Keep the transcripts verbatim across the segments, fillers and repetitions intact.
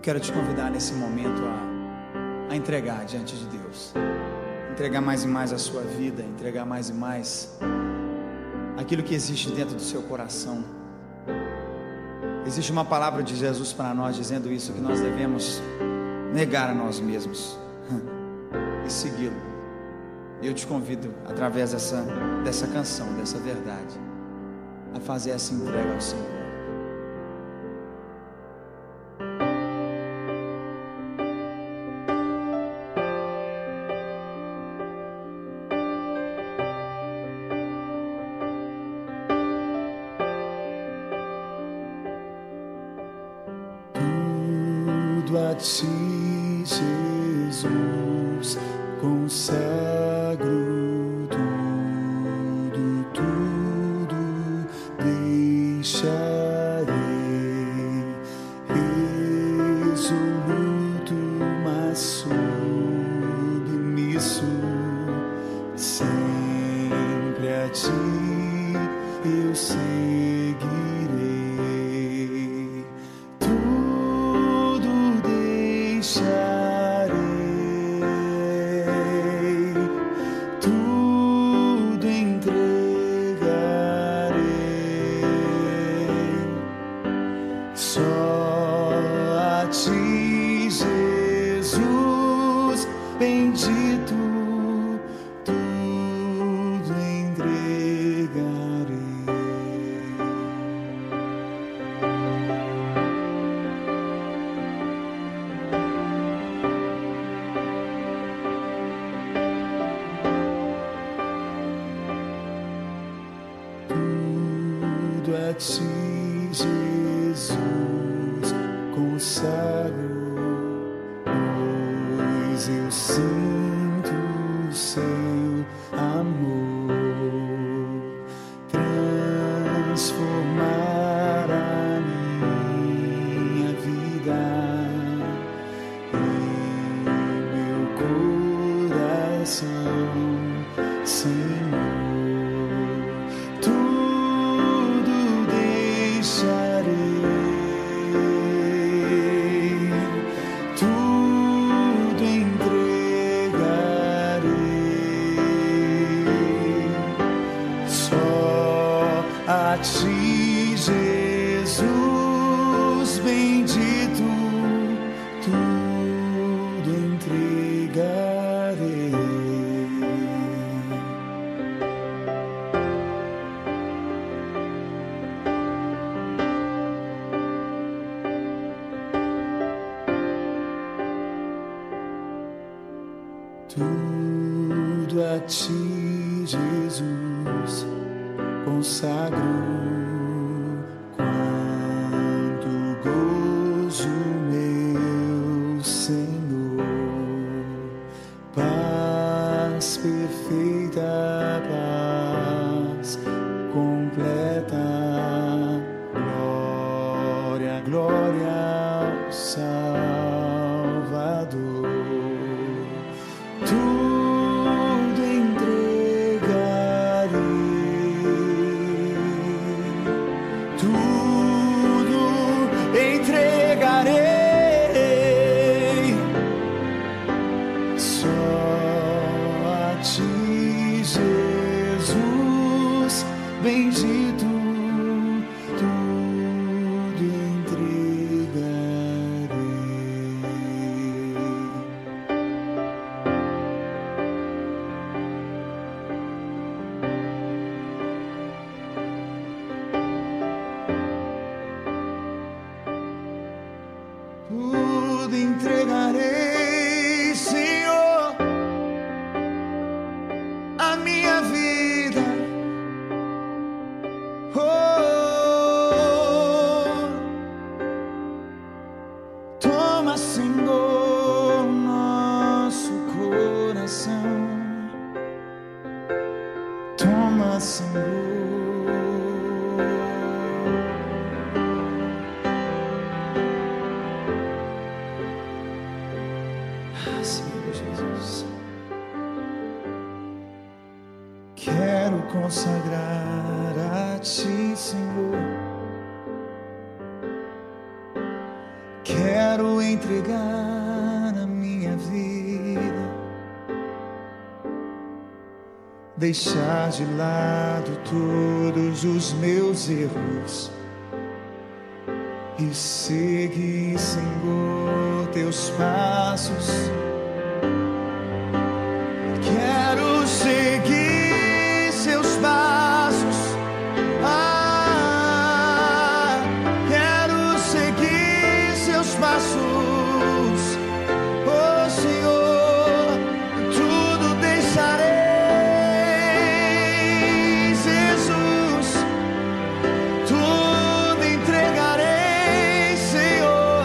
quero te convidar nesse momento a, a entregar diante de Deus, entregar mais e mais a sua vida, entregar mais e mais aquilo que existe dentro do seu coração. Existe uma palavra de Jesus para nós dizendo isso, que nós devemos negar a nós mesmos e segui-lo. E eu te convido, através dessa, dessa canção, dessa verdade, a fazer essa entrega ao Senhor. Tudo a ti, Jesus, consagro tudo, tudo deixarei, resoluto, mas submisso, sempre a ti eu seguirei. Tudo deixarei, tudo entregarei, só a ti, Jesus bendito, tudo entregarei. Tudo a ti, Jesus, consagro, pois eu sinto o seu amor transformar a minha vida e meu coração, Senhor. Tudo deixarei, tudo entregarei, só a ti, Jesus bendito, tudo entregarei. Tudo a ti, Jesus, consagro, quanto gozo, meu Senhor, paz perfeita, paz completa, glória, glória ao Salvador. Tudo entregarei, tudo entregarei, só a ti, Jesus bendito, tudo entregarei. Tudo entregarei, Senhor, a minha vida. Oh, toma, Senhor, nosso coração. Toma, Senhor. Senhor Jesus, Quero consagrar a ti, Senhor. Quero quero entregar a minha vida, deixar de lado todos os meus erros e seguir, Senhor, teus passos. Quero seguir seus passos. Ah, quero seguir seus passos. Oh, Senhor, tudo deixarei, Jesus, tudo entregarei, Senhor.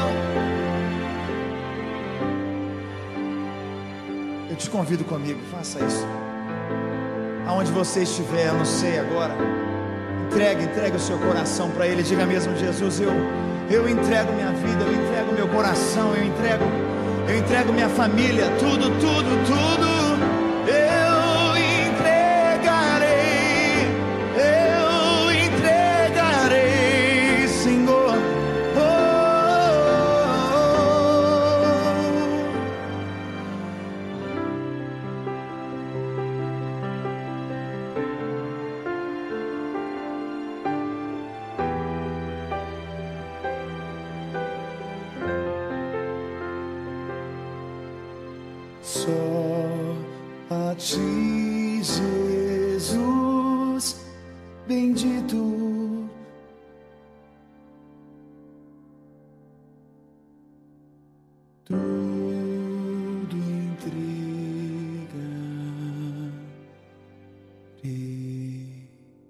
Eu te convido comigo, faça isso. Aonde você estiver, eu não sei agora, entregue, entregue o seu coração para Ele. Diga mesmo: Jesus, eu, eu entrego minha vida, eu entrego meu coração, eu entrego, eu entrego minha família, tudo, tudo, tudo. Eu entregarei, eu entregarei, Senhor. Oh, só a ti, Jesus, bendito. Tudo entregarei.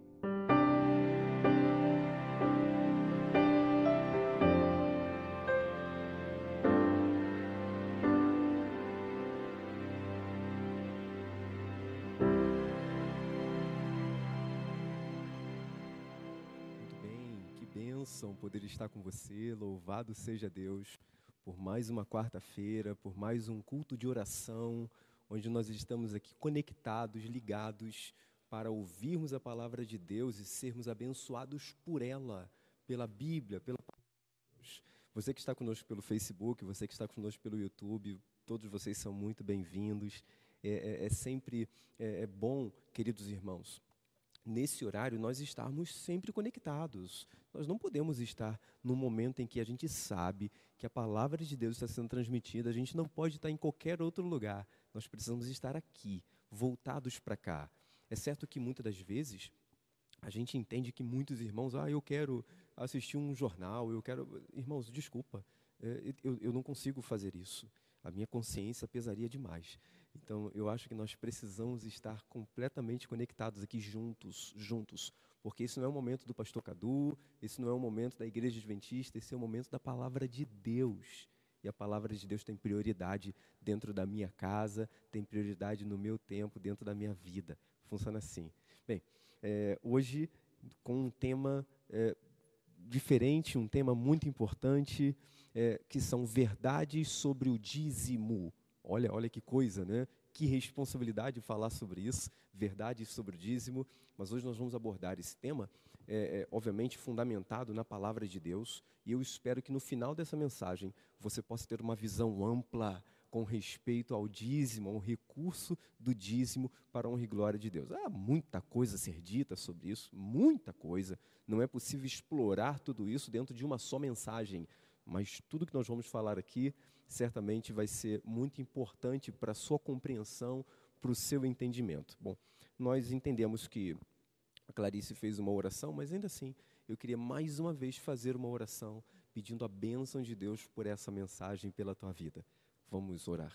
Bênção poder estar com você. Louvado seja Deus por mais uma quarta-feira, por mais um culto de oração, onde nós estamos aqui conectados, ligados, para ouvirmos a palavra de Deus e sermos abençoados por ela, pela Bíblia, pela palavra de Deus. Você que está conosco pelo Facebook, você que está conosco pelo YouTube, todos vocês são muito bem-vindos. É, é, é sempre é, é bom, queridos irmãos, nesse horário nós estarmos sempre conectados. Nós não podemos estar num momento em que a gente sabe que a palavra de Deus está sendo transmitida, a gente não pode estar em qualquer outro lugar. Nós precisamos estar aqui, voltados para cá. É certo que muitas das vezes a gente entende que muitos irmãos, ah, eu quero assistir um jornal, eu quero... Irmãos, desculpa, eu, eu não consigo fazer isso. A minha consciência pesaria demais. Então, eu acho que nós precisamos estar completamente conectados aqui juntos, juntos. Porque esse não é o momento do pastor Cadu, esse não é o momento da igreja adventista, esse é o momento da palavra de Deus. E a palavra de Deus tem prioridade dentro da minha casa, tem prioridade no meu tempo, dentro da minha vida. Funciona assim. Bem, é, hoje, com um tema é, diferente, um tema muito importante, é, que são verdades sobre o dízimo. Olha, olha que coisa, né? Que responsabilidade falar sobre isso, verdades sobre o dízimo. Mas hoje nós vamos abordar esse tema, é, é, obviamente fundamentado na palavra de Deus. E eu espero que no final dessa mensagem você possa ter uma visão ampla com respeito ao dízimo, ao recurso do dízimo para a honra e glória de Deus. Há muita coisa a ser dita sobre isso, muita coisa. Não é possível explorar tudo isso dentro de uma só mensagem. Mas tudo que nós vamos falar aqui certamente vai ser muito importante para a sua compreensão, para o seu entendimento. Bom, nós entendemos que a Clarice fez uma oração, mas ainda assim, eu queria mais uma vez fazer uma oração, pedindo a bênção de Deus por essa mensagem, pela tua vida. Vamos orar.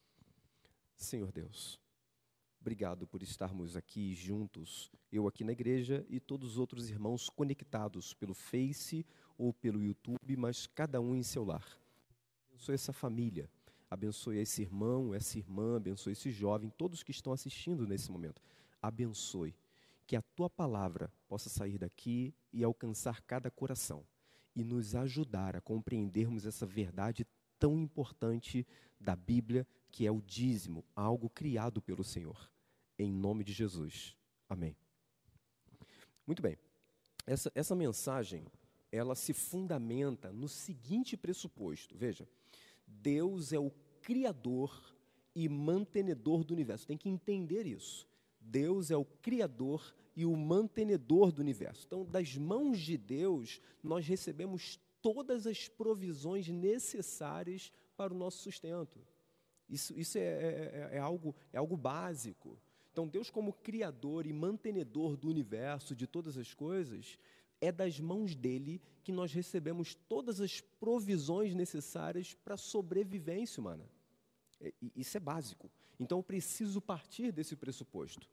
Senhor Deus, obrigado por estarmos aqui juntos, eu aqui na igreja e todos os outros irmãos conectados pelo Face ou pelo YouTube, mas cada um em seu lar. Abençoe essa família, abençoe esse irmão, essa irmã, abençoe esse jovem, todos que estão assistindo nesse momento. Abençoe, que a tua palavra possa sair daqui e alcançar cada coração e nos ajudar a compreendermos essa verdade tão importante da Bíblia, que é o dízimo, algo criado pelo Senhor. Em nome de Jesus. Amém. Muito bem. Essa, essa mensagem ela se fundamenta no seguinte pressuposto. Veja, Deus é o Criador e mantenedor do universo. Tem que entender isso. Deus é o Criador e o mantenedor do universo. Então, das mãos de Deus, nós recebemos todas as provisões necessárias para o nosso sustento. Isso, isso é, é, é, algo, é algo básico. Então, Deus, como Criador e mantenedor do universo, de todas as coisas, é das mãos dele que nós recebemos todas as provisões necessárias para a sobrevivência humana. Isso é básico. Então, eu preciso partir desse pressuposto.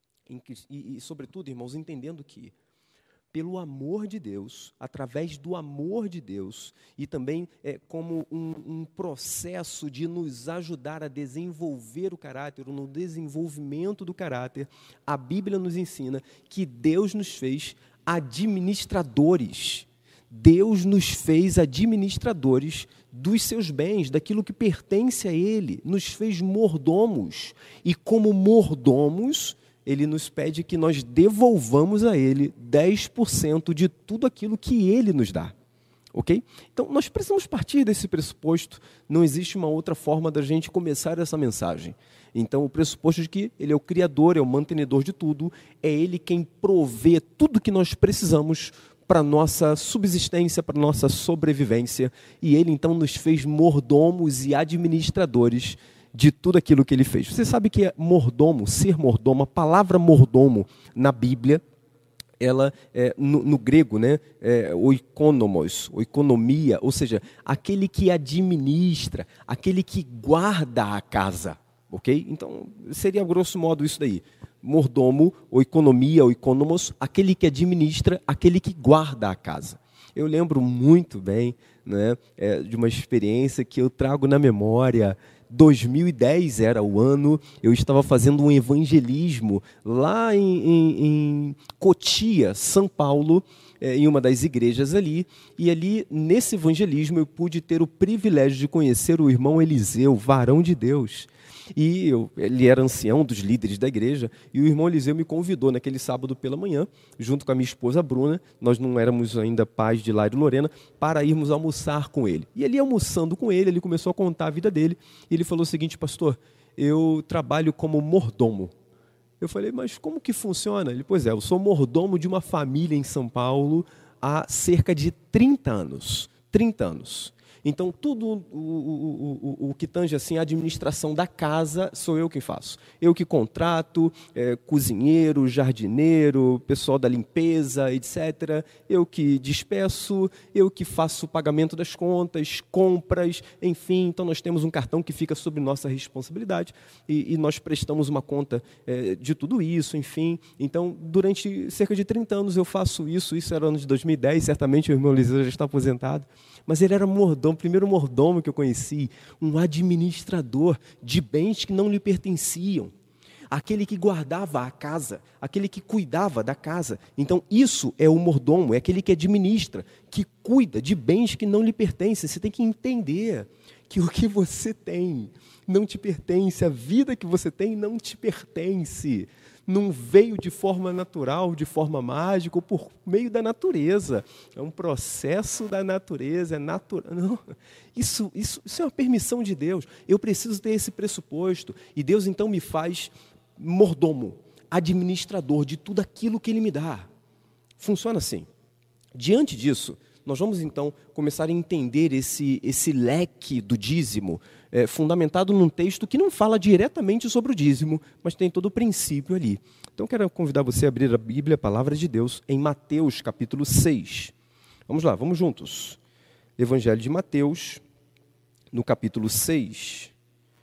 E, e, sobretudo, irmãos, entendendo que, pelo amor de Deus, através do amor de Deus, e também é, como um, um processo de nos ajudar a desenvolver o caráter, no desenvolvimento do caráter, a Bíblia nos ensina que Deus nos fez administradores. Deus nos fez administradores dos seus bens, daquilo que pertence a Ele, nos fez mordomos, e como mordomos, Ele nos pede que nós devolvamos a Ele dez por cento de tudo aquilo que Ele nos dá, ok? Então, nós precisamos partir desse pressuposto, não existe uma outra forma da gente começar essa mensagem. Então, o pressuposto de que Ele é o Criador, é o mantenedor de tudo, é Ele quem provê tudo que nós precisamos para a nossa subsistência, para a nossa sobrevivência, e Ele então nos fez mordomos e administradores de tudo aquilo que Ele fez. Você sabe que é mordomo, ser mordomo, a palavra mordomo na Bíblia, ela, é, no, no grego, né, é, oikonomos, oikonomia, ou seja, aquele que administra, aquele que guarda a casa, ok? Então, seria grosso modo isso daí. Mordomo, oikonomia, oikonomos, aquele que administra, aquele que guarda a casa. Eu lembro muito bem, né, é, de uma experiência que eu trago na memória. dois mil e dez era o ano, eu estava fazendo um evangelismo lá em, em, em Cotia, São Paulo, é, em uma das igrejas ali, e ali, nesse evangelismo, eu pude ter o privilégio de conhecer o irmão Eliseu, varão de Deus. E eu, ele era ancião dos líderes da igreja, e o irmão Eliseu me convidou naquele sábado pela manhã, junto com a minha esposa Bruna, nós não éramos ainda pais de Lairo e Lorena, para irmos almoçar com ele. E ali, almoçando com ele, ele começou a contar a vida dele, e ele falou o seguinte: pastor, eu trabalho como mordomo. Eu falei, mas como que funciona? Ele, pois é, eu sou mordomo de uma família em São Paulo há cerca de trinta anos. trinta anos. Então, tudo o, o, o, o que tange assim, a administração da casa, sou eu quem faço. Eu que contrato, é, cozinheiro, jardineiro, pessoal da limpeza, etcétera. Eu que despeço, eu que faço o pagamento das contas, compras, enfim. Então, nós temos um cartão que fica sob nossa responsabilidade e, e nós prestamos uma conta é, de tudo isso, enfim. Então, durante cerca de trinta anos eu faço isso. Isso era ano de dois mil e dez, certamente o irmão Eliseu já está aposentado. Mas ele era mordomo, o primeiro mordomo que eu conheci, um administrador de bens que não lhe pertenciam, aquele que guardava a casa, aquele que cuidava da casa. Então, isso é o mordomo, é aquele que administra, que cuida de bens que não lhe pertencem. Você tem que entender que o que você tem não te pertence, a vida que você tem não te pertence. Não veio de forma natural, de forma mágica, ou por meio da natureza. É um processo da natureza, é natural. Não, isso, isso, isso é uma permissão de Deus. Eu preciso ter esse pressuposto. E Deus, então, me faz mordomo, administrador de tudo aquilo que Ele me dá. Funciona assim. Diante disso, nós vamos, então, começar a entender esse, esse leque do dízimo, é, fundamentado num texto que não fala diretamente sobre o dízimo, mas tem todo o princípio ali. Então, quero convidar você a abrir a Bíblia, a Palavra de Deus, em Mateus, capítulo seis. Vamos lá, vamos juntos. Evangelho de Mateus, no capítulo seis.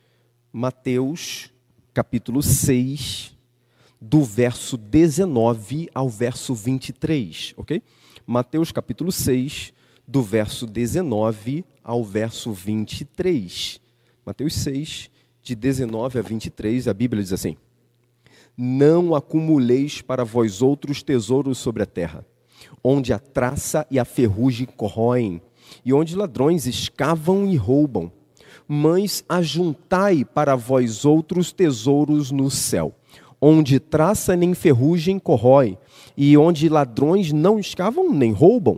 Mateus, capítulo seis, do verso dezenove ao verso vinte e três, ok? Mateus, capítulo seis, do verso dezenove ao verso vinte e três. Mateus seis, de dezenove a vinte e três, a Bíblia diz assim: não acumuleis para vós outros tesouros sobre a terra, onde a traça e a ferrugem corroem, e onde ladrões escavam e roubam. Mas ajuntai para vós outros tesouros no céu, onde traça nem ferrugem corrói, e onde ladrões não escavam nem roubam.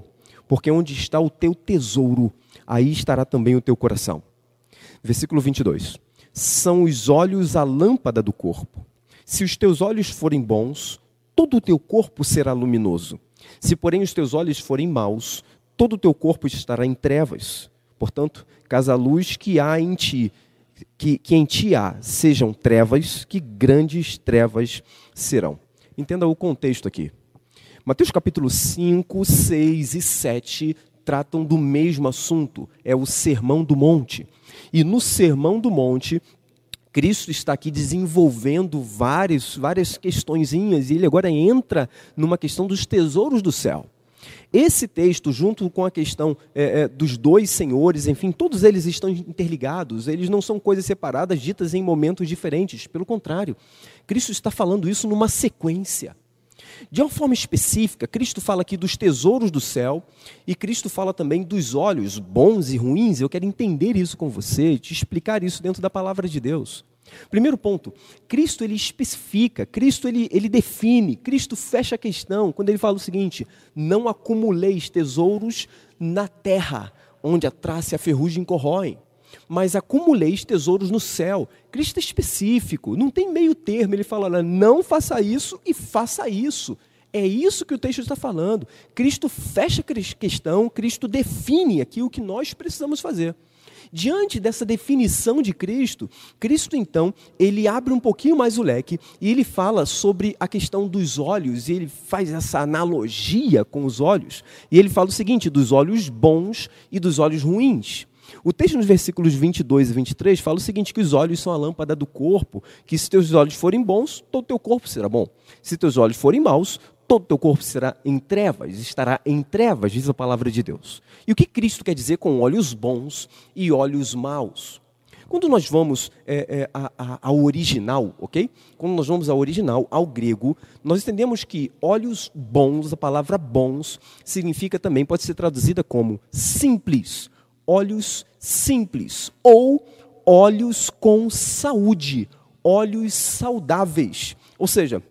porque onde está o teu tesouro, aí estará também o teu coração. Versículo vinte e dois. São os olhos a lâmpada do corpo. Se os teus olhos forem bons, todo o teu corpo será luminoso. Se, porém, os teus olhos forem maus, todo o teu corpo estará em trevas. Portanto, caso a luz que há em ti, que, que em ti há, sejam trevas, que grandes trevas serão. Entenda o contexto aqui. Mateus capítulo cinco, seis e sete tratam do mesmo assunto. É o Sermão do Monte. E no Sermão do Monte, Cristo está aqui desenvolvendo várias, várias questõezinhas, e ele agora entra numa questão dos tesouros do céu. Esse texto, junto com a questão é, é, dos dois senhores, enfim, todos eles estão interligados, eles não são coisas separadas, ditas em momentos diferentes. Pelo contrário, Cristo está falando isso numa sequência. De uma forma específica, Cristo fala aqui dos tesouros do céu, e Cristo fala também dos olhos bons e ruins. Eu quero entender isso com você, te explicar isso dentro da palavra de Deus. Primeiro ponto, Cristo ele especifica, Cristo ele, ele define, Cristo fecha a questão quando ele fala o seguinte: não acumuleis tesouros na terra, onde a traça e a ferrugem corroem, mas acumuleis tesouros no céu. Cristo é específico, não tem meio termo. Ele fala, não faça isso e faça isso. É isso que o texto está falando. Cristo fecha a questão, Cristo define aqui o que nós precisamos fazer. Diante dessa definição de Cristo, Cristo então, ele abre um pouquinho mais o leque e ele fala sobre a questão dos olhos, e ele faz essa analogia com os olhos, e ele fala o seguinte, dos olhos bons e dos olhos ruins. O texto nos versículos vinte e dois e vinte e três fala o seguinte, que os olhos são a lâmpada do corpo, que se teus olhos forem bons, todo o teu corpo será bom. Se teus olhos forem maus, todo o teu corpo será em trevas, estará em trevas, diz a palavra de Deus. E o que Cristo quer dizer com olhos bons e olhos maus? Quando nós vamos é, é, ao original, ok? Quando nós vamos ao original, ao grego, nós entendemos que olhos bons, a palavra bons, significa também, pode ser traduzida como simples, olhos simples, ou olhos com saúde, olhos saudáveis, ou seja,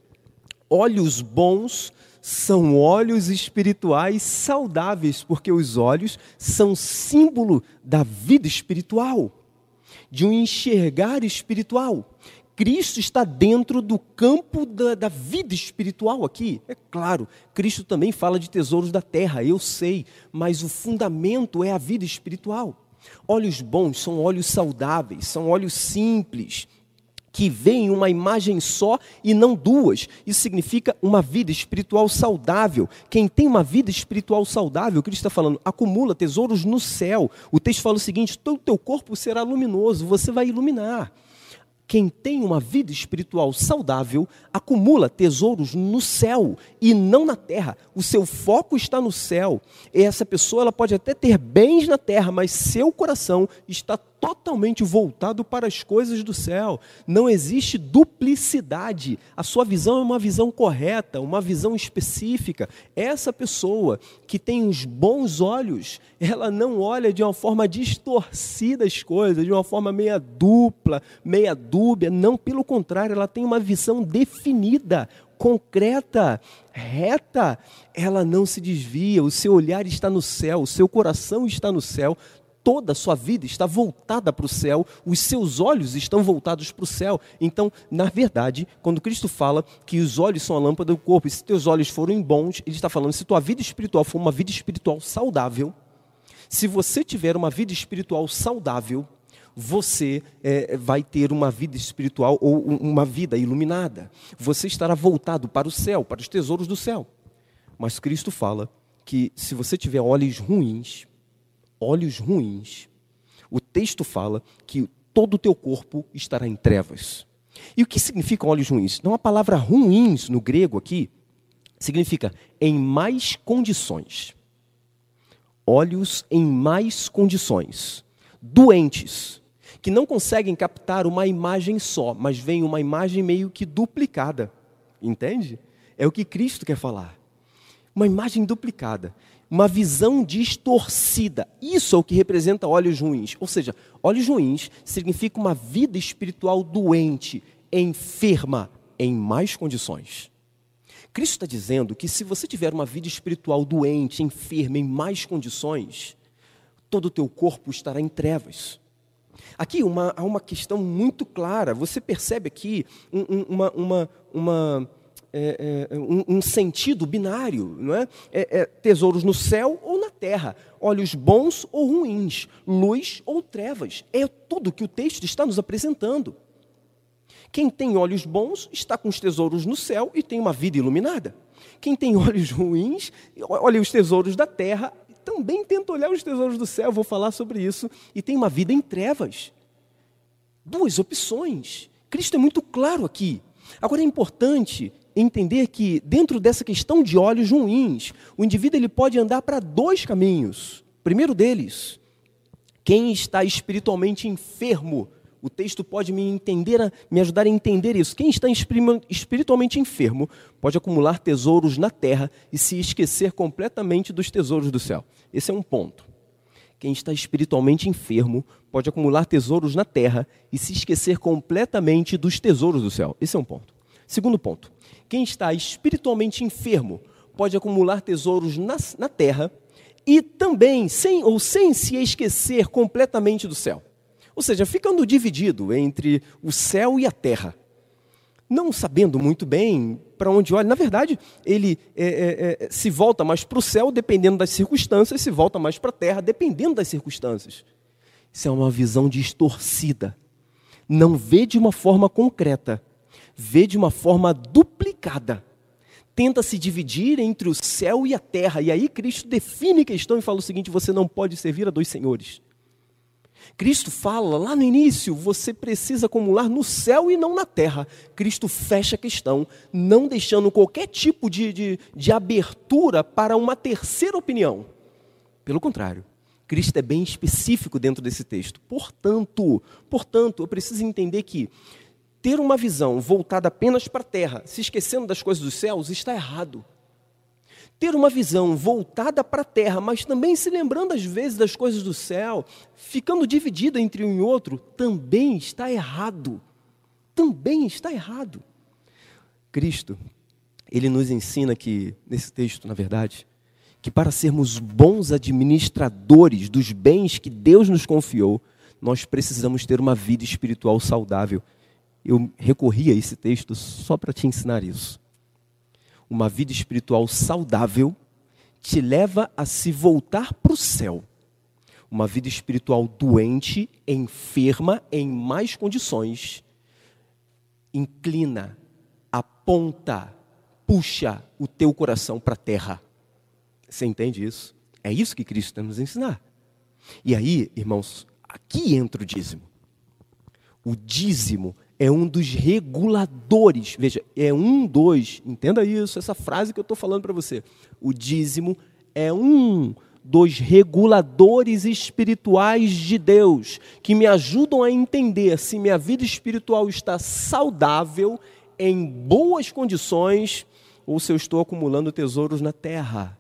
olhos bons são olhos espirituais saudáveis, porque os olhos são símbolo da vida espiritual, de um enxergar espiritual. Cristo está dentro do campo da, da vida espiritual aqui. É claro, Cristo também fala de tesouros da terra, eu sei, mas o fundamento é a vida espiritual. Olhos bons são olhos saudáveis, são olhos simples, que veem uma imagem só e não duas. Isso significa uma vida espiritual saudável. Quem tem uma vida espiritual saudável, Cristo está falando, acumula tesouros no céu. O texto fala o seguinte, todo o teu corpo será luminoso, você vai iluminar. Quem tem uma vida espiritual saudável, acumula tesouros no céu e não na terra. O seu foco está no céu. E essa pessoa ela pode até ter bens na terra, mas seu coração está totalmente voltado para as coisas do céu. Não existe duplicidade. A sua visão é uma visão correta, uma visão específica. Essa pessoa que tem os bons olhos, ela não olha de uma forma distorcida as coisas, de uma forma meia dupla, meia dúbia. Não, pelo contrário, ela tem uma visão definida, concreta, reta. Ela não se desvia, o seu olhar está no céu, o seu coração está no céu. Toda a sua vida está voltada para o céu, os seus olhos estão voltados para o céu. Então, na verdade, quando Cristo fala que os olhos são a lâmpada do corpo, e se teus olhos forem bons, ele está falando, se tua vida espiritual for uma vida espiritual saudável, se você tiver uma vida espiritual saudável, você é, vai ter uma vida espiritual ou uma vida iluminada. Você estará voltado para o céu, para os tesouros do céu. Mas Cristo fala que se você tiver olhos ruins, olhos ruins, o texto fala que todo o teu corpo estará em trevas. E o que significa olhos ruins? Não, a palavra ruins no grego aqui significa em mais condições. Olhos em mais condições. Doentes, que não conseguem captar uma imagem só, mas vem uma imagem meio que duplicada. Entende? É o que Cristo quer falar. Uma imagem duplicada. Uma visão distorcida. Isso é o que representa olhos ruins. Ou seja, olhos ruins significa uma vida espiritual doente, enferma, em más condições. Cristo está dizendo que se você tiver uma vida espiritual doente, enferma, em más condições, todo o teu corpo estará em trevas. Aqui uma, há uma questão muito clara. Você percebe aqui um, um, uma, uma, uma, é, é, um, um sentido binário, não é? É, é? Tesouros no céu ou na terra, olhos bons ou ruins, luz ou trevas. É tudo que o texto está nos apresentando. Quem tem olhos bons está com os tesouros no céu e tem uma vida iluminada. Quem tem olhos ruins, olha os tesouros da terra, também tenta olhar os tesouros do céu, vou falar sobre isso, e tem uma vida em trevas. Duas opções. Cristo é muito claro aqui. Agora é importante entender que dentro dessa questão de olhos ruins, o indivíduo ele pode andar para dois caminhos. O primeiro deles, quem está espiritualmente enfermo. O texto pode me, entender, me ajudar a entender isso. Quem está espiritualmente enfermo pode acumular tesouros na terra e se esquecer completamente dos tesouros do céu. Esse é um ponto. Quem está espiritualmente enfermo pode acumular tesouros na terra e se esquecer completamente dos tesouros do céu. Esse é um ponto. Segundo ponto. Quem está espiritualmente enfermo pode acumular tesouros na, na terra e também, sem, ou sem se esquecer completamente do céu. Ou seja, ficando dividido entre o céu e a terra, não sabendo muito bem para onde olha. Na verdade, ele é, é, é, se volta mais para o céu, dependendo das circunstâncias, se volta mais para a terra, dependendo das circunstâncias. Isso é uma visão distorcida. Não vê de uma forma concreta, vê de uma forma duplicada. Tenta se dividir entre o céu e a terra. E aí Cristo define a questão e fala o seguinte: você não pode servir a dois senhores. Cristo fala lá no início, você precisa acumular no céu e não na terra. Cristo fecha a questão, não deixando qualquer tipo de, de, de abertura para uma terceira opinião. Pelo contrário, Cristo é bem específico dentro desse texto. Portanto, portanto, eu preciso entender que ter uma visão voltada apenas para a terra, se esquecendo das coisas dos céus, está errado. Ter uma visão voltada para a terra, mas também se lembrando às vezes das coisas do céu, ficando dividida entre um e outro, também está errado. Também está errado. Cristo, ele nos ensina que, nesse texto, na verdade, que para sermos bons administradores dos bens que Deus nos confiou, nós precisamos ter uma vida espiritual saudável. Eu recorri a esse texto só para te ensinar isso. Uma vida espiritual saudável te leva a se voltar para o céu. Uma vida espiritual doente, enferma, em más condições, inclina, aponta, puxa o teu coração para a terra. Você entende isso? É isso que Cristo está nos ensinar. E aí, irmãos, aqui entra o dízimo. O dízimo é um dos reguladores, veja, é um dos, entenda isso, essa frase que eu estou falando para você. O dízimo é um dos reguladores espirituais de Deus, que me ajudam a entender se minha vida espiritual está saudável, em boas condições, ou se eu estou acumulando tesouros na terra.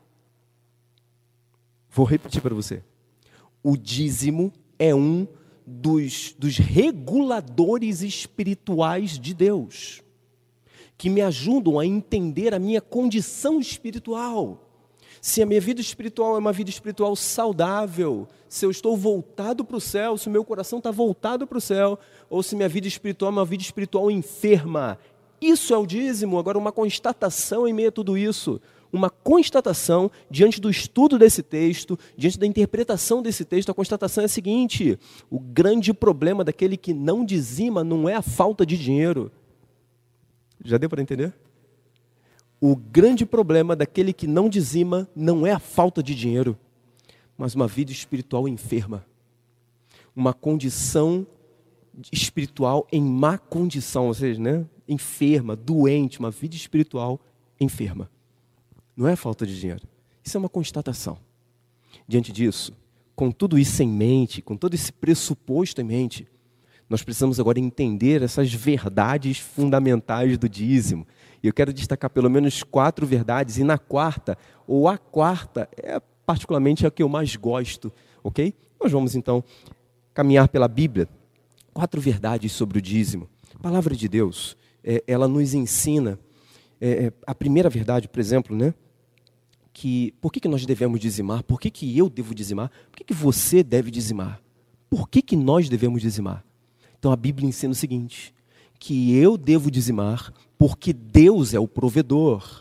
Vou repetir para você. O dízimo é um Dos, dos reguladores espirituais de Deus, que me ajudam a entender a minha condição espiritual. Se a minha vida espiritual é uma vida espiritual saudável, se eu estou voltado para o céu, se o meu coração está voltado para o céu, ou se minha vida espiritual é uma vida espiritual enferma. Isso é o dízimo. Agora, uma constatação em meio a tudo isso. Uma constatação diante do estudo desse texto, diante da interpretação desse texto, a constatação é a seguinte: o grande problema daquele que não dizima não é a falta de dinheiro. Já deu para entender? O grande problema daquele que não dizima não é a falta de dinheiro, mas uma vida espiritual enferma. Uma condição espiritual em má condição, ou seja, né? enferma, doente, uma vida espiritual enferma. Não é falta de dinheiro. Isso é uma constatação. Diante disso, com tudo isso em mente, com todo esse pressuposto em mente, nós precisamos agora entender essas verdades fundamentais do dízimo. E eu quero destacar pelo menos quatro verdades, e na quarta, ou a quarta, é particularmente a que eu mais gosto, ok? Nós vamos então caminhar pela Bíblia. Quatro verdades sobre o dízimo. A palavra de Deus, é, ela nos ensina é, a primeira verdade, por exemplo, né? Que, por que, que nós devemos dizimar? Por que, que eu devo dizimar? Por que, que você deve dizimar? Por que, que nós devemos dizimar? Então a Bíblia ensina o seguinte, que eu devo dizimar porque Deus é o provedor.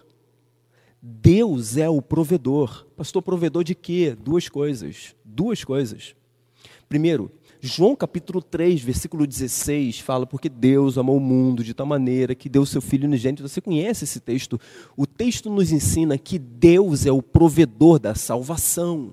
Deus é o provedor. Pastor, provedor de quê? Duas coisas. Duas coisas. Primeiro, João capítulo três, versículo dezesseis, fala, porque Deus amou o mundo de tal maneira que deu o seu Filho unigênito. Você conhece esse texto? O texto nos ensina que Deus é o provedor da salvação.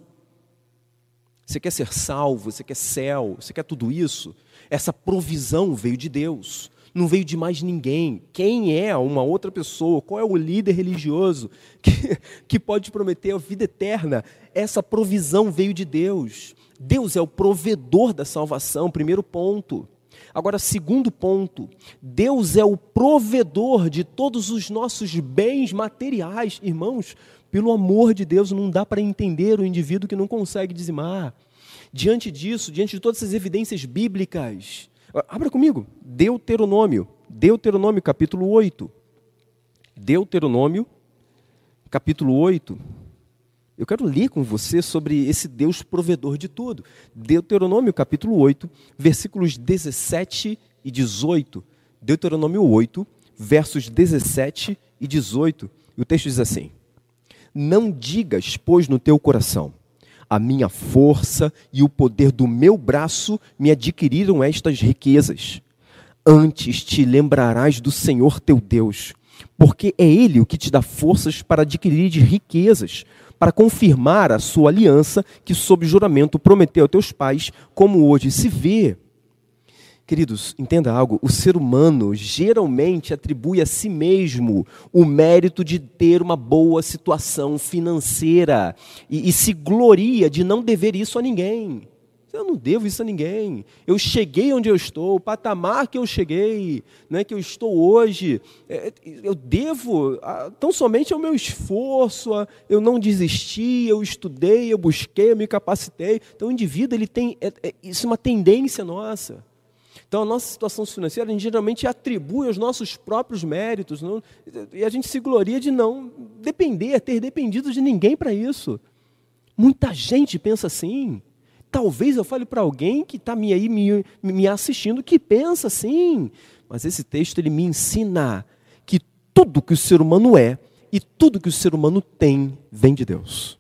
Você quer ser salvo, você quer céu, você quer tudo isso? Essa provisão veio de Deus, não veio de mais ninguém. Quem é uma outra pessoa? Qual é o líder religioso que, que pode prometer a vida eterna? Essa provisão veio de Deus. Deus é o provedor da salvação, primeiro ponto. Agora, segundo ponto, Deus é o provedor de todos os nossos bens materiais. Irmãos, pelo amor de Deus, não dá para entender o indivíduo que não consegue dizimar. Diante disso, diante de todas essas evidências bíblicas, abra comigo, Deuteronômio, Deuteronômio capítulo oito. Deuteronômio capítulo oito. Eu quero ler com você sobre esse Deus provedor de tudo. Deuteronômio capítulo oito, versículos dezessete e dezoito. Deuteronômio oito, versos dezessete e dezoito. E o texto diz assim: não digas, pois, no teu coração, a minha força e o poder do meu braço me adquiriram estas riquezas. Antes te lembrarás do Senhor teu Deus, porque é Ele o que te dá forças para adquirir riquezas, para confirmar a sua aliança que sob juramento prometeu a teus pais, como hoje se vê. Queridos, entenda algo, o ser humano geralmente atribui a si mesmo o mérito de ter uma boa situação financeira e, e se gloria de não dever isso a ninguém. Eu não devo isso a ninguém. Eu cheguei onde eu estou, o patamar que eu cheguei, né, que eu estou hoje, eu devo tão somente ao meu esforço, eu não desisti, eu estudei, eu busquei, eu me capacitei. Então o indivíduo, ele tem, é, é, isso é uma tendência nossa. Então a nossa situação financeira, a gente geralmente atribui aos nossos próprios méritos, não, e a gente se gloria de não depender, ter dependido de ninguém para isso. Muita gente pensa assim. Talvez eu fale para alguém que está me, aí, me, me assistindo que pensa assim. Mas esse texto ele me ensina que tudo que o ser humano é e tudo que o ser humano tem vem de Deus.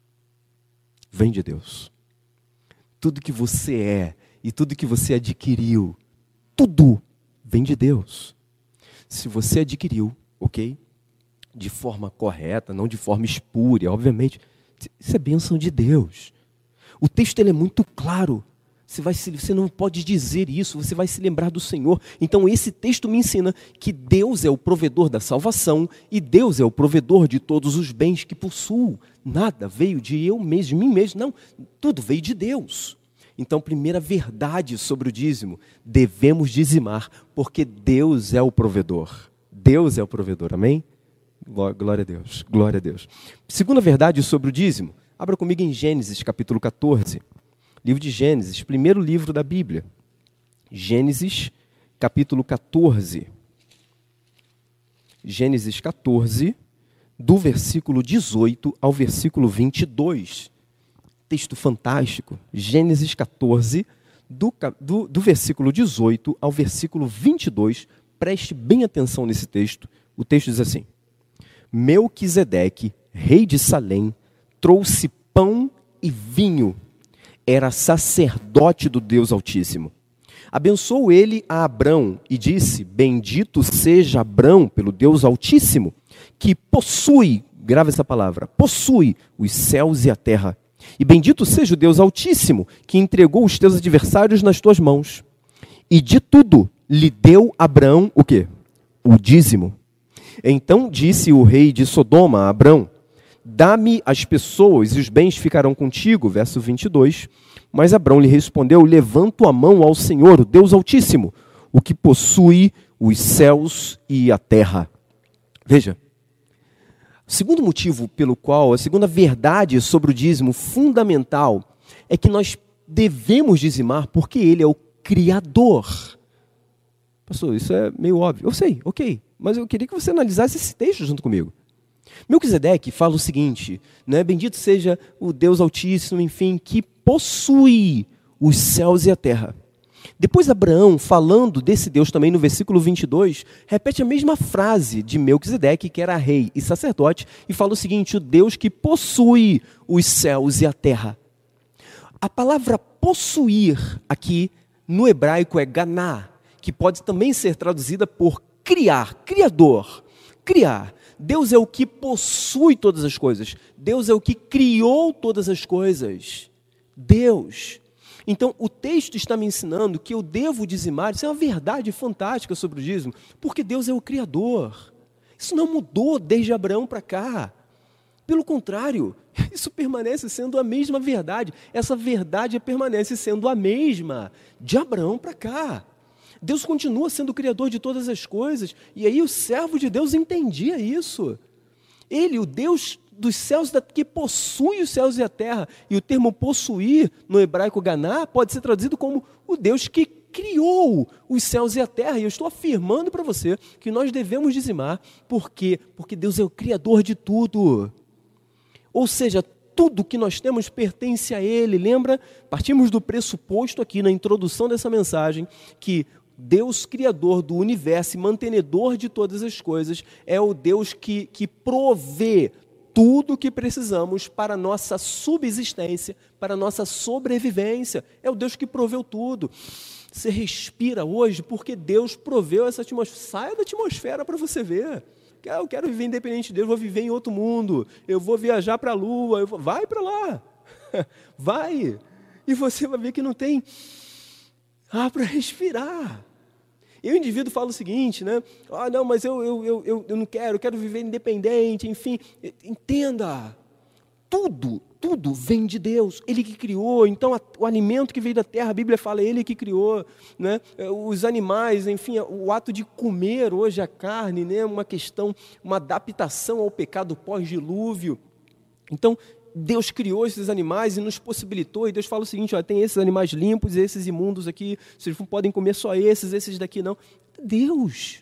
Vem de Deus. Tudo que você é e tudo que você adquiriu, tudo vem de Deus. Se você adquiriu, ok? De forma correta, não de forma espúria, obviamente, isso é bênção de Deus. O texto ele é muito claro. Você, vai se, você não pode dizer isso, você vai se lembrar do Senhor. Então esse texto me ensina que Deus é o provedor da salvação e Deus é o provedor de todos os bens que possuo. Nada veio de eu mesmo, de mim mesmo, não. Tudo veio de Deus. Então, primeira verdade sobre o dízimo, devemos dizimar, porque Deus é o provedor. Deus é o provedor, amém? Glória a Deus, glória a Deus. Segunda verdade sobre o dízimo, abra comigo em Gênesis capítulo catorze. Livro de Gênesis, primeiro livro da Bíblia. Gênesis capítulo catorze. Gênesis catorze, do versículo dezoito ao versículo vinte e dois. Texto fantástico. Gênesis catorze, do, do, do versículo dezoito ao versículo vinte e dois. Preste bem atenção nesse texto. O texto diz assim: Melquisedeque, rei de Salém, trouxe pão e vinho. Era sacerdote do Deus Altíssimo. Abençoou ele a Abrão e disse: bendito seja Abrão pelo Deus Altíssimo, que possui, grava essa palavra, possui os céus e a terra. E bendito seja o Deus Altíssimo, que entregou os teus adversários nas tuas mãos. E de tudo lhe deu Abrão o quê? O dízimo. Então disse o rei de Sodoma a Abrão: dá-me as pessoas e os bens ficarão contigo. Verso vinte e dois. Mas Abrão lhe respondeu: levanto a mão ao Senhor, o Deus Altíssimo, o que possui os céus e a terra. Veja, o segundo motivo pelo qual, a segunda verdade sobre o dízimo fundamental é que nós devemos dizimar porque Ele é o Criador. Pastor, isso é meio óbvio. Eu sei, ok. mas eu queria que você analisasse esse texto junto comigo. Melquisedeque fala o seguinte, né? Bendito seja o Deus Altíssimo, enfim, que possui os céus e a terra. Depois Abraão, falando desse Deus também no versículo vinte e dois, repete a mesma frase de Melquisedeque, que era rei e sacerdote, e fala o seguinte, o Deus que possui os céus e a terra. A palavra possuir aqui no hebraico é ganá, que pode também ser traduzida por criar, criador, criar. Deus é o que possui todas as coisas. Deus é o que criou todas as coisas. Deus. Então, o texto está me ensinando que eu devo dizimar. Isso é uma verdade fantástica sobre o dízimo, porque Deus é o Criador. Isso não mudou desde Abraão para cá. Pelo contrário, isso permanece sendo a mesma verdade. Essa verdade permanece sendo a mesma de Abraão para cá. Deus continua sendo o Criador de todas as coisas. E aí o servo de Deus entendia isso. Ele, o Deus dos céus, que possui os céus e a terra. E o termo possuir, no hebraico ganá, pode ser traduzido como o Deus que criou os céus e a terra. E eu estou afirmando para você que nós devemos dizimar. Por quê? Porque Deus é o Criador de tudo. Ou seja, tudo que nós temos pertence a Ele. Lembra? Partimos do pressuposto aqui na introdução dessa mensagem que Deus, Criador do universo e mantenedor de todas as coisas, é o Deus que, que provê tudo o que precisamos para a nossa subsistência, para a nossa sobrevivência. É o Deus que proveu tudo. Você respira hoje porque Deus proveu essa atmosfera. Saia da atmosfera para você ver. Eu quero viver independente de Deus, vou viver em outro mundo, eu vou viajar para a lua, eu vou... vai para lá, vai, e você vai ver que não tem ar para respirar. E o indivíduo fala o seguinte, né? Ah, não, mas eu, eu, eu, eu, eu não quero, eu quero viver independente, enfim. Entenda, tudo, tudo vem de Deus, Ele que criou. Então, a, o alimento que veio da terra, a Bíblia fala, Ele que criou, né? Os animais, enfim, o ato de comer hoje a carne, né? Uma questão, uma adaptação ao pecado pós-dilúvio. Então, Deus criou esses animais e nos possibilitou, e Deus fala o seguinte, ó, tem esses animais limpos e esses imundos aqui, vocês não podem comer só esses, esses daqui não. Deus.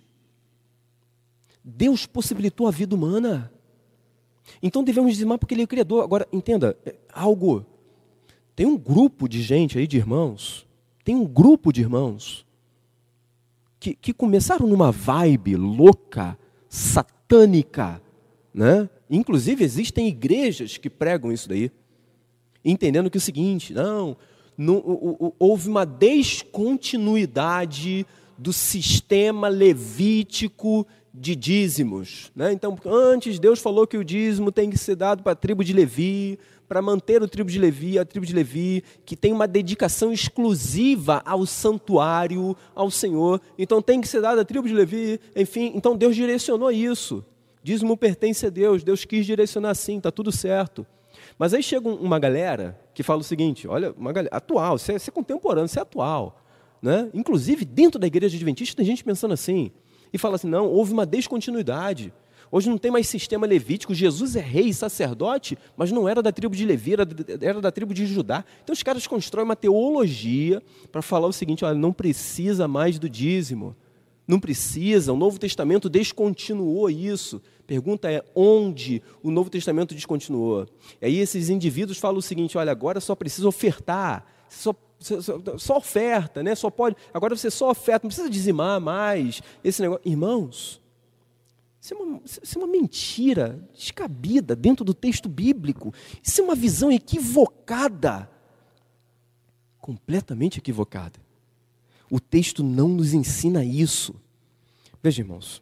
Deus possibilitou a vida humana. Então devemos dizimar porque Ele é o Criador. Agora, entenda, algo, tem um grupo de gente aí, de irmãos, tem um grupo de irmãos que, que começaram numa vibe louca, satânica, né? Inclusive existem igrejas que pregam isso daí, entendendo que é o seguinte, não, não o, o, houve uma descontinuidade do sistema levítico de dízimos, né? Então, antes Deus falou que o dízimo tem que ser dado para a tribo de Levi, para manter o tribo de Levi, a tribo de Levi, que tem uma dedicação exclusiva ao santuário, ao Senhor, então tem que ser dado à tribo de Levi, enfim, então Deus direcionou isso. Dízimo pertence a Deus, Deus quis direcionar assim, está tudo certo. Mas aí chega uma galera que fala o seguinte, olha, uma galera atual, você é, você é contemporâneo, você é atual, né? Inclusive dentro da igreja adventista tem gente pensando assim, e fala assim, não, houve uma descontinuidade, hoje não tem mais sistema levítico, Jesus é rei e sacerdote, mas não era da tribo de Levi, era, era da tribo de Judá. Então os caras constroem uma teologia para falar o seguinte, olha, não precisa mais do dízimo, não precisa, o Novo Testamento descontinuou isso. Pergunta é, onde o Novo Testamento descontinuou? E aí esses indivíduos falam o seguinte, olha, agora só precisa ofertar, só, só, só oferta, né? Só pode, agora você só oferta, não precisa dizimar mais, esse negócio. Irmãos, isso é uma, isso é uma mentira descabida dentro do texto bíblico, isso é uma visão equivocada, completamente equivocada. O texto não nos ensina isso. Veja, irmãos,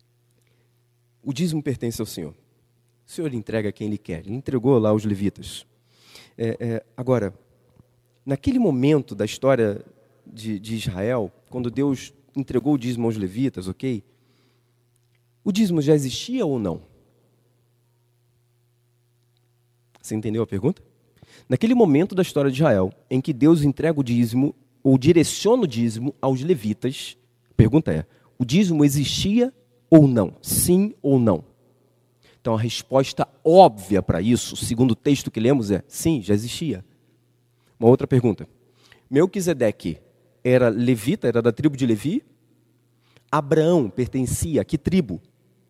o dízimo pertence ao Senhor. O Senhor entrega a quem Ele quer. Ele entregou lá aos levitas. É, é, agora, naquele momento da história de, de Israel, quando Deus entregou o dízimo aos levitas, ok? O dízimo já existia ou não? Você entendeu a pergunta? Naquele momento da história de Israel, em que Deus entrega o dízimo, ou direciona o dízimo aos levitas, a pergunta é, o dízimo existia ou não? Sim ou não? Então a resposta óbvia para isso, segundo o texto que lemos, é sim, já existia. Uma outra pergunta. Melquisedeque era levita, era da tribo de Levi? Abraão pertencia a que tribo?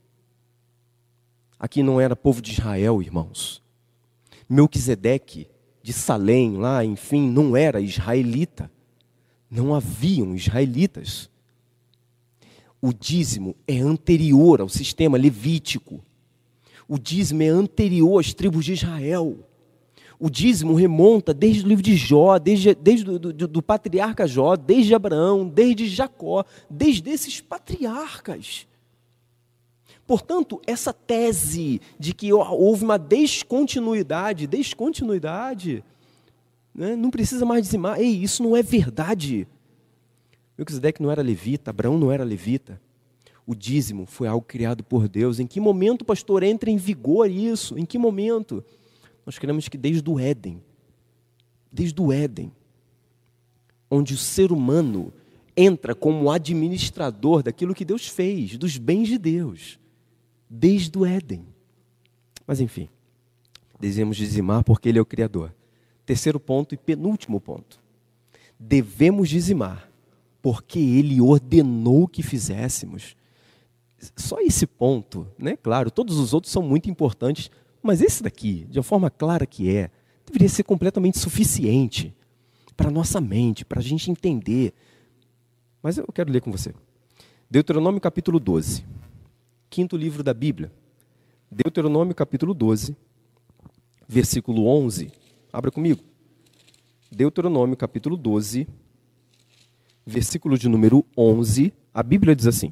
Aqui não era povo de Israel, irmãos. Melquisedeque, de Salém, lá, enfim, não era israelita. Não haviam israelitas. O dízimo é anterior ao sistema levítico. O dízimo é anterior às tribos de Israel. O dízimo remonta desde o livro de Jó, desde, desde o do, do, do patriarca Jó, desde Abraão, desde Jacó, desde esses patriarcas. Portanto, essa tese de que houve uma descontinuidade, descontinuidade, né, não precisa mais dizimar. Ei, isso não é verdade. Melquisedeque não era levita, Abraão não era levita. O dízimo foi algo criado por Deus. Em que momento, pastor, entra em vigor isso? Em que momento? Nós cremos que desde o Éden, desde o Éden, onde o ser humano entra como administrador daquilo que Deus fez, dos bens de Deus, desde o Éden. Mas enfim, devemos dizimar porque Ele é o Criador. Terceiro ponto e penúltimo ponto. Devemos dizimar porque Ele ordenou que fizéssemos. Só esse ponto, né? Claro, todos os outros são muito importantes, mas esse daqui, de uma forma clara que é, deveria ser completamente suficiente para a nossa mente, para a gente entender. Mas eu quero ler com você. Deuteronômio capítulo doze, quinto livro da Bíblia. Deuteronômio capítulo doze, versículo onze. Abra comigo. Deuteronômio capítulo doze, versículo de número onze. A Bíblia diz assim: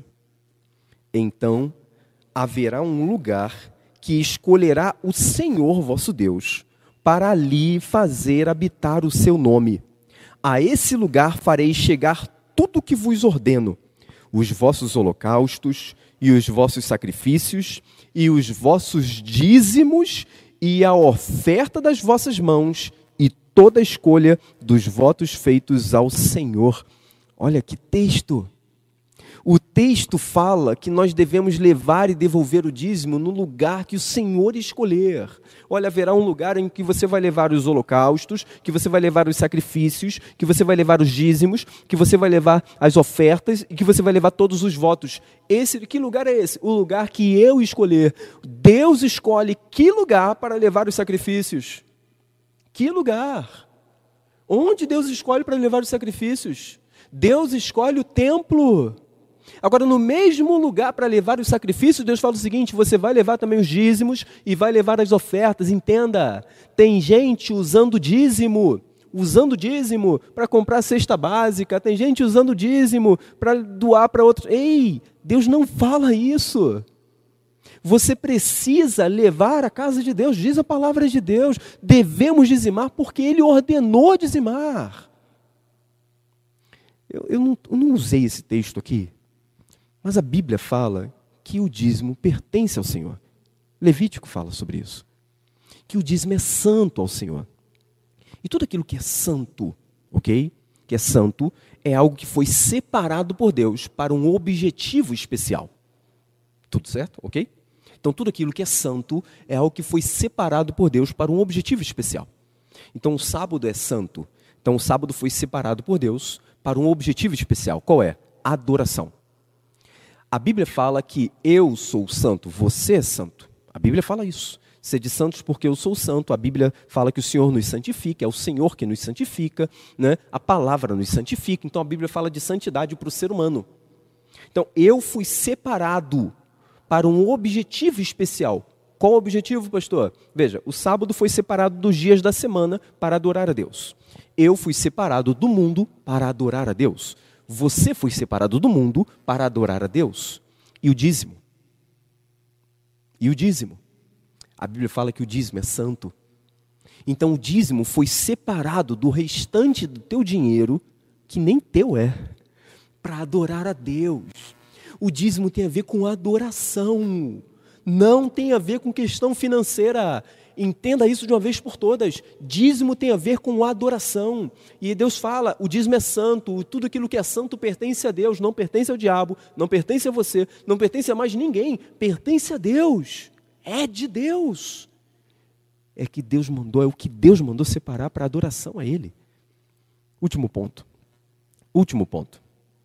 então haverá um lugar que escolherá o Senhor vosso Deus, para ali fazer habitar o seu nome. A esse lugar farei chegar tudo o que vos ordeno, os vossos holocaustos, e os vossos sacrifícios, e os vossos dízimos, e a oferta das vossas mãos, e toda a escolha dos votos feitos ao Senhor. Olha que texto! O texto fala que nós devemos levar e devolver o dízimo no lugar que o Senhor escolher. Olha, haverá um lugar em que você vai levar os holocaustos, que você vai levar os sacrifícios, que você vai levar os dízimos, que você vai levar as ofertas e que você vai levar todos os votos. Esse, que lugar é esse? O lugar que eu escolher. Deus escolhe que lugar para levar os sacrifícios. Que lugar? Onde Deus escolhe para levar os sacrifícios? Deus escolhe o templo. Agora, no mesmo lugar para levar os sacrifícios, Deus fala o seguinte: você vai levar também os dízimos e vai levar as ofertas. Entenda, tem gente usando dízimo, usando dízimo para comprar cesta básica, tem gente usando dízimo para doar para outros. Ei, Deus não fala isso. Você precisa levar a casa de Deus, diz a palavra de Deus. Devemos dizimar porque Ele ordenou dizimar. Eu, eu, não, eu não usei esse texto aqui, mas a Bíblia fala que o dízimo pertence ao Senhor. Levítico fala sobre isso. Que o dízimo é santo ao Senhor. E tudo aquilo que é santo, ok? Que é santo, é algo que foi separado por Deus para um objetivo especial. Tudo certo? Ok? Então tudo aquilo que é santo é algo que foi separado por Deus para um objetivo especial. Então o sábado é santo. Então o sábado foi separado por Deus para um objetivo especial. Qual é? Adoração. A Bíblia fala que eu sou santo, você é santo. A Bíblia fala isso. Sede santos porque eu sou santo. A Bíblia fala que o Senhor nos santifica, é o Senhor que nos santifica, né? A palavra nos santifica. Então a Bíblia fala de santidade para o ser humano. Então eu fui separado para um objetivo especial. Qual o objetivo, pastor? Veja, o sábado foi separado dos dias da semana para adorar a Deus. Eu fui separado do mundo para adorar a Deus. Você foi separado do mundo para adorar a Deus. E o dízimo? E o dízimo? A Bíblia fala que o dízimo é santo. Então o dízimo foi separado do restante do teu dinheiro, que nem teu é, para adorar a Deus. O dízimo tem a ver com adoração, não tem a ver com questão financeira. Entenda isso de uma vez por todas. Dízimo tem a ver com adoração. E Deus fala, o dízimo é santo, tudo aquilo que é santo pertence a Deus, não pertence ao diabo, não pertence a você, não pertence a mais ninguém, pertence a Deus, é de Deus. É que Deus mandou, é o que Deus mandou separar para adoração a Ele. Último ponto, último ponto.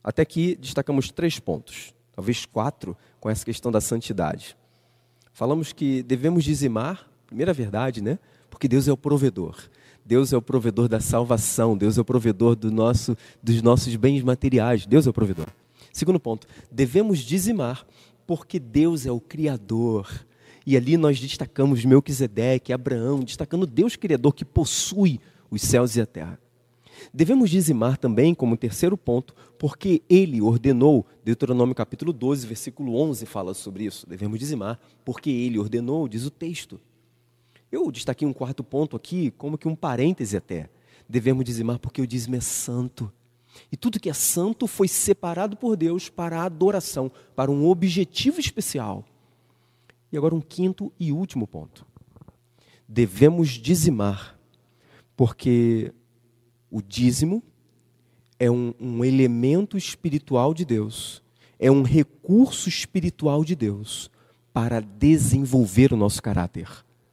Até aqui destacamos três pontos, talvez quatro, com essa questão da santidade. Falamos que devemos dizimar, primeira verdade, né? Porque Deus é o provedor. Deus é o provedor da salvação, Deus é o provedor do nosso, dos nossos bens materiais, Deus é o provedor. Segundo ponto, devemos dizimar porque Deus é o Criador. E ali nós destacamos Melquisedeque, Abraão, destacando Deus Criador que possui os céus e a terra. Devemos dizimar também, como terceiro ponto, porque Ele ordenou, Deuteronômio capítulo doze, versículo onze fala sobre isso. Devemos dizimar porque Ele ordenou, diz o texto. Eu destaquei um quarto ponto aqui, como que um parêntese até. Devemos dizimar porque o dízimo é santo. E tudo que é santo foi separado por Deus para a adoração, para um objetivo especial. E agora um quinto e último ponto. Devemos dizimar porque o dízimo é um, um elemento espiritual de Deus, é um recurso espiritual de Deus para desenvolver o nosso caráter.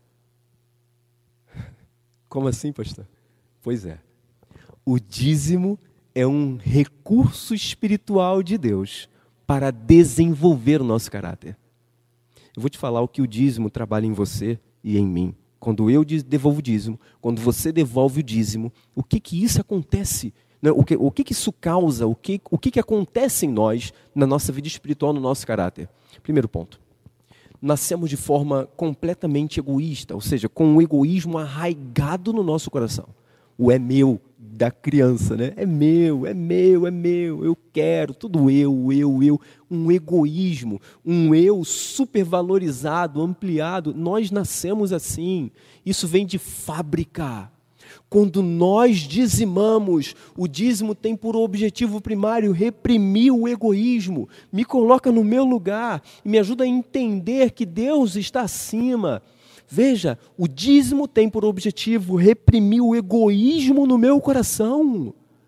Como assim, pastor? Pois é. O dízimo é um recurso espiritual de Deus para desenvolver o nosso caráter. Eu vou te falar o que o dízimo trabalha em você e em mim. Quando eu devolvo o dízimo, quando você devolve o dízimo, o que que isso acontece? O que, o que que isso causa? O que, o que que acontece em nós, na nossa vida espiritual, no nosso caráter? Primeiro ponto. Nascemos de forma completamente egoísta, ou seja, com o egoísmo arraigado no nosso coração. O é meu da criança, né? É meu, é meu, é meu, eu quero, tudo eu, eu, eu. Um egoísmo, um eu supervalorizado, ampliado. Nós nascemos assim. Isso vem de fábrica. Quando nós dizimamos, o dízimo tem por objetivo primário reprimir o egoísmo, me coloca no meu lugar e me ajuda a entender que Deus está acima. Veja, o dízimo tem por objetivo reprimir o egoísmo no meu coração.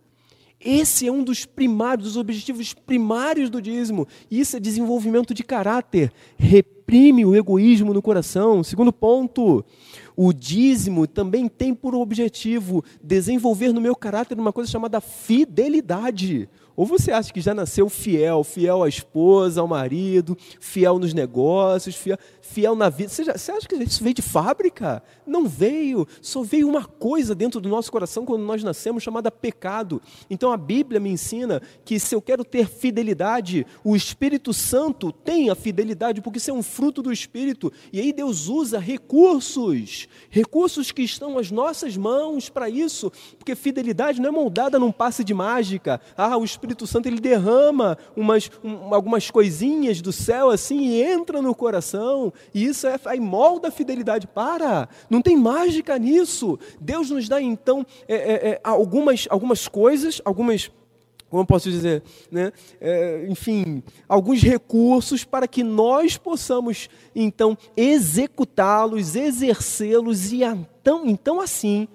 Esse é um dos primários, dos objetivos primários do dízimo. Isso é desenvolvimento de caráter. Reprime o egoísmo no coração. Segundo ponto, o dízimo também tem por objetivo desenvolver no meu caráter uma coisa chamada fidelidade. Ou você acha que já nasceu fiel, fiel à esposa, ao marido, fiel nos negócios, fiel, fiel na vida. Você, já, você acha que isso veio de fábrica? Não veio, só veio uma coisa dentro do nosso coração quando nós nascemos chamada pecado. Então a Bíblia me ensina que se eu quero ter fidelidade, o Espírito Santo tem a fidelidade, porque isso é um fruto do Espírito. E aí Deus usa recursos, recursos que estão às nossas mãos para isso, porque fidelidade não é moldada num passe de mágica. Ah, o Espírito Espírito Santo ele derrama umas, um, algumas coisinhas do céu assim e entra no coração, e isso é, aí molda a fidelidade. Para, não tem mágica nisso. Deus nos dá então é, é, é, algumas, algumas coisas, algumas, como eu posso dizer, né? É, enfim, alguns recursos para que nós possamos então executá-los, exercê-los, e então, então assim,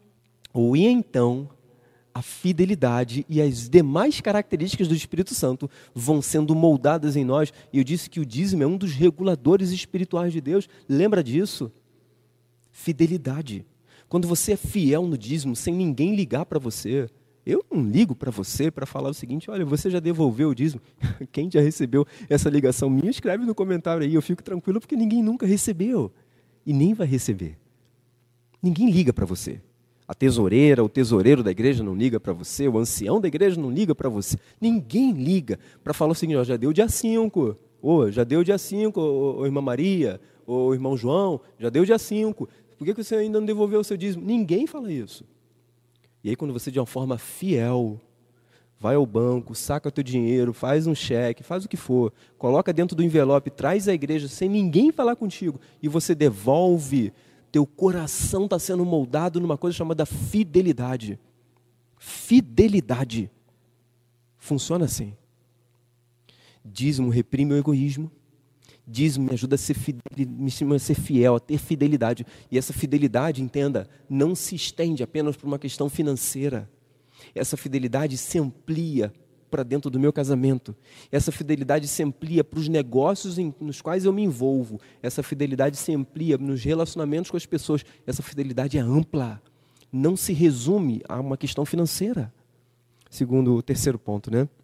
ou e então, a fidelidade e as demais características do Espírito Santo vão sendo moldadas em nós. E eu disse que o dízimo é um dos reguladores espirituais de Deus. Lembra disso? Fidelidade. Quando você é fiel no dízimo, sem ninguém ligar para você. Eu não ligo para você para falar o seguinte: olha, você já devolveu o dízimo? Quem já recebeu essa ligação minha, escreve no comentário aí. Eu fico tranquilo porque ninguém nunca recebeu. E nem vai receber. Ninguém liga para você. A tesoureira, o tesoureiro da igreja não liga para você, o ancião da igreja não liga para você. Ninguém liga para falar o seguinte: ó, já deu dia cinco, oh, já deu dia cinco, ô, ô, irmã Maria, ô, irmão João, já deu dia cinco. Por que você ainda não devolveu o seu dízimo? Ninguém fala isso. E aí quando você de uma forma fiel, vai ao banco, saca o teu dinheiro, faz um cheque, faz o que for, coloca dentro do envelope, traz à igreja sem ninguém falar contigo, e você devolve, teu coração está sendo moldado numa coisa chamada fidelidade. Fidelidade. Funciona assim. Dízimo reprime o egoísmo. Dízimo me ajuda a ser, fidel, me a ser fiel, a ter fidelidade. E essa fidelidade, entenda, não se estende apenas para uma questão financeira. Essa fidelidade se amplia para dentro do meu casamento. Essa fidelidade se amplia para os negócios em, nos quais eu me envolvo. Essa fidelidade se amplia nos relacionamentos com as pessoas. Essa fidelidade é ampla. Não se resume a uma questão financeira. Segundo o terceiro ponto, né?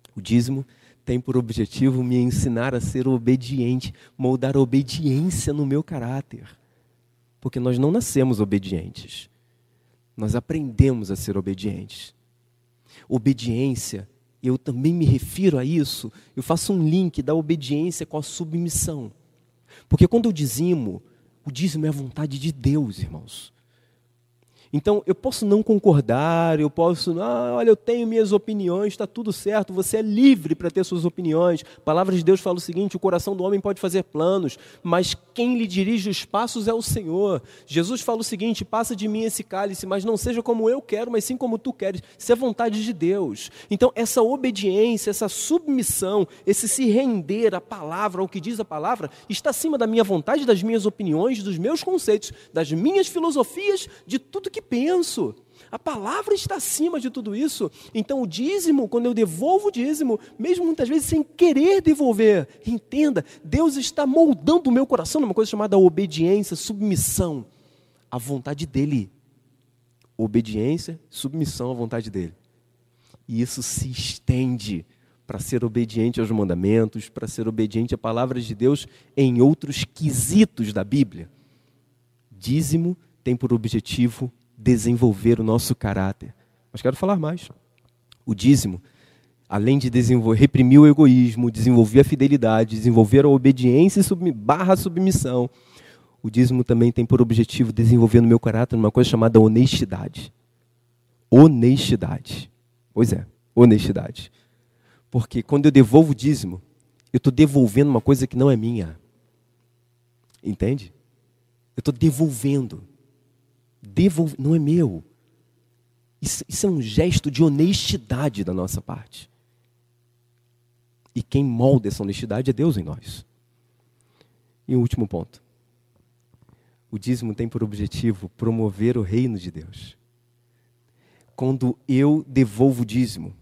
O dízimo tem por objetivo me ensinar a ser obediente, moldar a obediência no meu caráter. Porque nós não nascemos obedientes. Nós aprendemos a ser obedientes. Obediência, eu também me refiro a isso, eu faço um link da obediência com a submissão. Porque quando eu dizimo, o dízimo é a vontade de Deus, irmãos. Então, eu posso não concordar, eu posso, ah, olha, eu tenho minhas opiniões, está tudo certo, você é livre para ter suas opiniões. A palavra de Deus fala o seguinte, o coração do homem pode fazer planos, mas quem lhe dirige os passos é o Senhor. Jesus fala o seguinte, passa de mim esse cálice, mas não seja como eu quero, mas sim como tu queres. Isso é vontade de Deus. Então, essa obediência, essa submissão, esse se render à palavra, ao que diz a palavra, está acima da minha vontade, das minhas opiniões, dos meus conceitos, das minhas filosofias, de tudo que penso. A palavra está acima de tudo isso. Então o dízimo, quando eu devolvo o dízimo, mesmo muitas vezes sem querer devolver, entenda, Deus está moldando o meu coração numa coisa chamada obediência, submissão à vontade dEle. Obediência, submissão à vontade dEle. E isso se estende para ser obediente aos mandamentos, para ser obediente à palavra de Deus em outros quesitos da Bíblia. Dízimo tem por objetivo desenvolver o nosso caráter. Mas quero falar mais. O dízimo, além de desenvolver, reprimir o egoísmo, desenvolver a fidelidade, desenvolver a obediência e barra submissão, o dízimo também tem por objetivo desenvolver no meu caráter uma coisa chamada honestidade. Honestidade. Pois é, honestidade. Porque quando eu devolvo o dízimo, eu estou devolvendo uma coisa que não é minha. Entende? Eu estou devolvendo. Devolve, não é meu. Isso, isso é um gesto de honestidade da nossa parte. E quem molda essa honestidade é Deus em nós. E o último ponto. O dízimo tem por objetivo promover o reino de Deus. Quando eu devolvo o dízimo,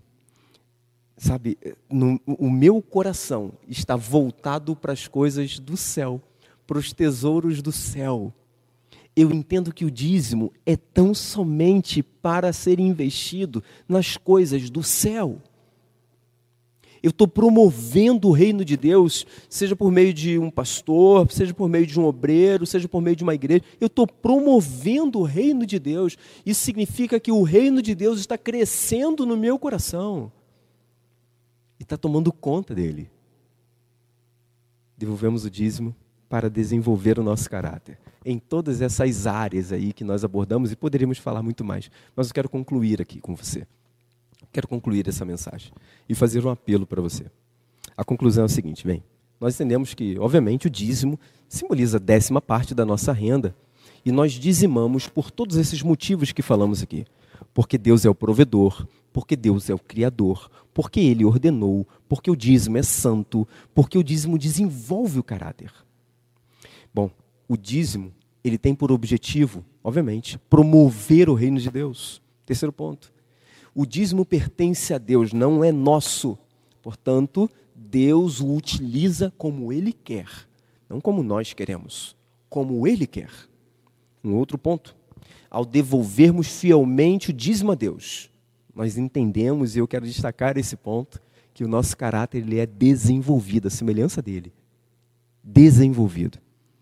sabe, no, o meu coração está voltado para as coisas do céu, para os tesouros do céu. Eu entendo que o dízimo é tão somente para ser investido nas coisas do céu. Eu estou promovendo o reino de Deus, seja por meio de um pastor, seja por meio de um obreiro, seja por meio de uma igreja. Eu estou promovendo o reino de Deus. Isso significa que o reino de Deus está crescendo no meu coração. E está tomando conta dele. Devolvemos o dízimo para desenvolver o nosso caráter. Em todas essas áreas aí que nós abordamos, e poderíamos falar muito mais, mas eu quero concluir aqui com você. Quero concluir essa mensagem e fazer um apelo para você. A conclusão é a seguinte, bem, nós entendemos que, obviamente, o dízimo simboliza a décima parte da nossa renda, e nós dizimamos por todos esses motivos que falamos aqui. Porque Deus é o provedor, porque Deus é o criador, porque Ele ordenou, porque o dízimo é santo, porque o dízimo desenvolve o caráter. Bom, o dízimo, ele tem por objetivo, obviamente, promover o reino de Deus. Terceiro ponto. O dízimo pertence a Deus, não é nosso. Portanto, Deus o utiliza como Ele quer. Não como nós queremos, como Ele quer. Um outro ponto. Ao devolvermos fielmente o dízimo a Deus, nós entendemos, e eu quero destacar esse ponto, que o nosso caráter ele é desenvolvido, a semelhança dele. Desenvolvido.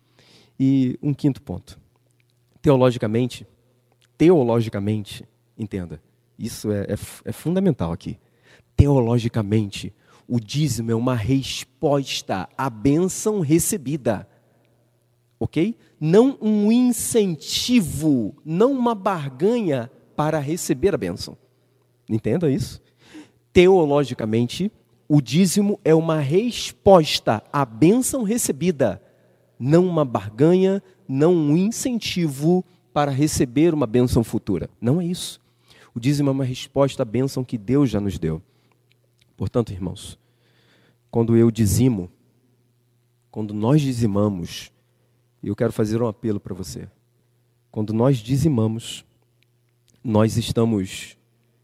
E um quinto ponto. Teologicamente, teologicamente, entenda, isso é, é, é fundamental aqui. Teologicamente, o dízimo é uma resposta à bênção recebida. Ok? Não um incentivo, não uma barganha para receber a bênção. Entenda isso? Teologicamente, o dízimo é uma resposta à bênção recebida. Não uma barganha, não um incentivo para receber uma bênção futura. Não é isso. O dízimo é uma resposta à bênção que Deus já nos deu. Portanto, irmãos, quando eu dizimo, quando nós dizimamos, eu quero fazer um apelo para você. Quando nós dizimamos, nós estamos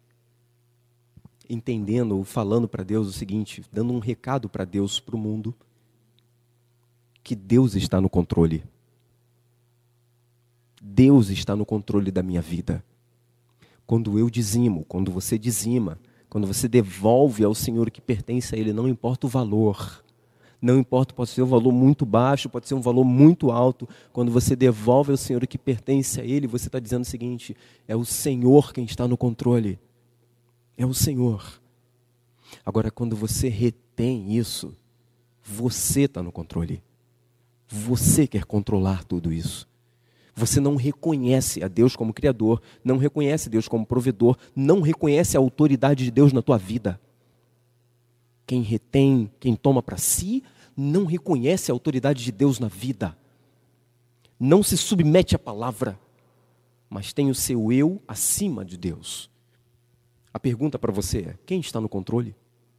entendendo ou falando para Deus o seguinte, dando um recado para Deus, para o mundo, que Deus está no controle. Deus está no controle da minha vida. Quando eu dizimo, quando você dizima, Quando você devolve ao Senhor o que pertence a Ele, não importa o valor. Não importa, pode ser um valor muito baixo, pode ser um valor muito alto. Quando você devolve ao Senhor o que pertence a Ele, você está dizendo o seguinte: é o Senhor quem está no controle. É o Senhor. Agora, quando você retém isso, você está no controle. Você quer controlar tudo isso. Você não reconhece a Deus como Criador, não reconhece Deus como provedor, não reconhece a autoridade de Deus na tua vida. Quem retém, quem toma para si, não reconhece a autoridade de Deus na vida. Não se submete à palavra, mas tem o seu eu acima de Deus. A pergunta para você é: quem está no controle?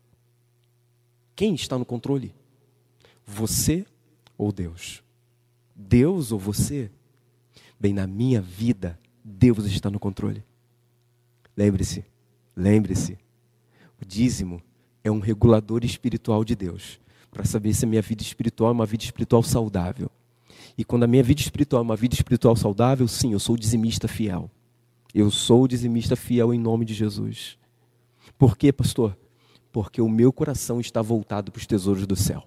Quem está no controle? Você ou Deus? Deus ou você? Bem, na minha vida, Deus está no controle. Lembre-se, lembre-se, o dízimo é um regulador espiritual de Deus, para saber se a minha vida espiritual é uma vida espiritual saudável. E quando a minha vida espiritual é uma vida espiritual saudável, sim, eu sou dizimista fiel. Eu sou dizimista fiel em nome de Jesus. Por quê, pastor? Porque o meu coração está voltado para os tesouros do céu.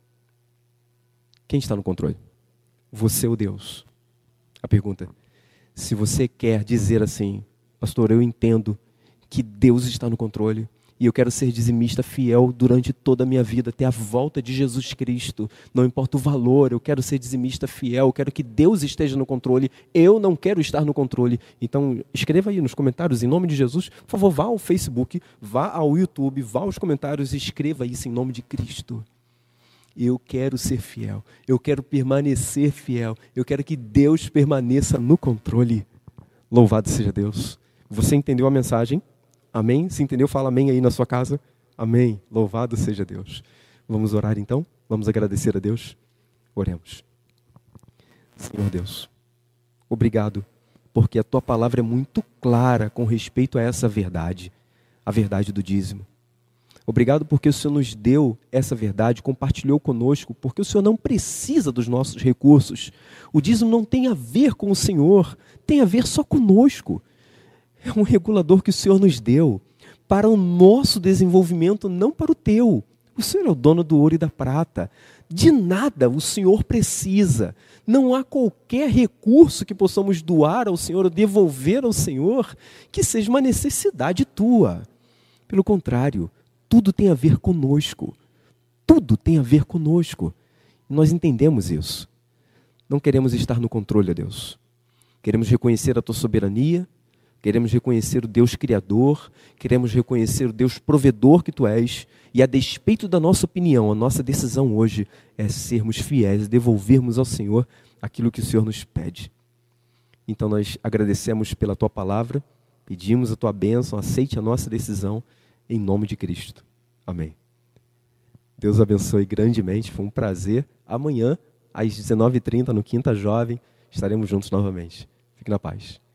Quem está no controle? Você ou Deus? A pergunta: se você quer dizer assim: pastor, eu entendo que Deus está no controle e eu quero ser dizimista fiel durante toda a minha vida, até a volta de Jesus Cristo, não importa o valor, eu quero ser dizimista fiel, eu quero que Deus esteja no controle, eu não quero estar no controle. Então escreva aí nos comentários, em nome de Jesus. Por favor, vá ao Facebook, vá ao YouTube, vá aos comentários e escreva isso em nome de Cristo. Eu quero ser fiel, eu quero permanecer fiel, eu quero que Deus permaneça no controle. Louvado seja Deus. Você entendeu a mensagem? Amém? Se entendeu, fala amém aí na sua casa. Amém. Louvado seja Deus. Vamos orar então? Vamos agradecer a Deus? Oremos. Senhor Deus, obrigado, porque a tua palavra é muito clara com respeito a essa verdade, a verdade do dízimo. Obrigado porque o Senhor nos deu essa verdade, compartilhou conosco, porque o Senhor não precisa dos nossos recursos. O dízimo não tem a ver com o Senhor, tem a ver só conosco. É um regulador que o Senhor nos deu para o nosso desenvolvimento, não para o teu. O Senhor é o dono do ouro e da prata. De nada o Senhor precisa. Não há qualquer recurso que possamos doar ao Senhor ou devolver ao Senhor que seja uma necessidade tua. Pelo contrário, tudo tem a ver conosco. Tudo tem a ver conosco. E nós entendemos isso. Não queremos estar no controle, ó Deus. Queremos reconhecer a tua soberania. Queremos reconhecer o Deus Criador. Queremos reconhecer o Deus provedor que tu és. E a despeito da nossa opinião, a nossa decisão hoje é sermos fiéis, devolvermos ao Senhor aquilo que o Senhor nos pede. Então nós agradecemos pela tua palavra. Pedimos a tua bênção. Aceite a nossa decisão. Em nome de Cristo. Amém. Deus abençoe grandemente. Foi um prazer. Amanhã, às dezenove e trinta, no Quinta Jovem, estaremos juntos novamente. Fique na paz.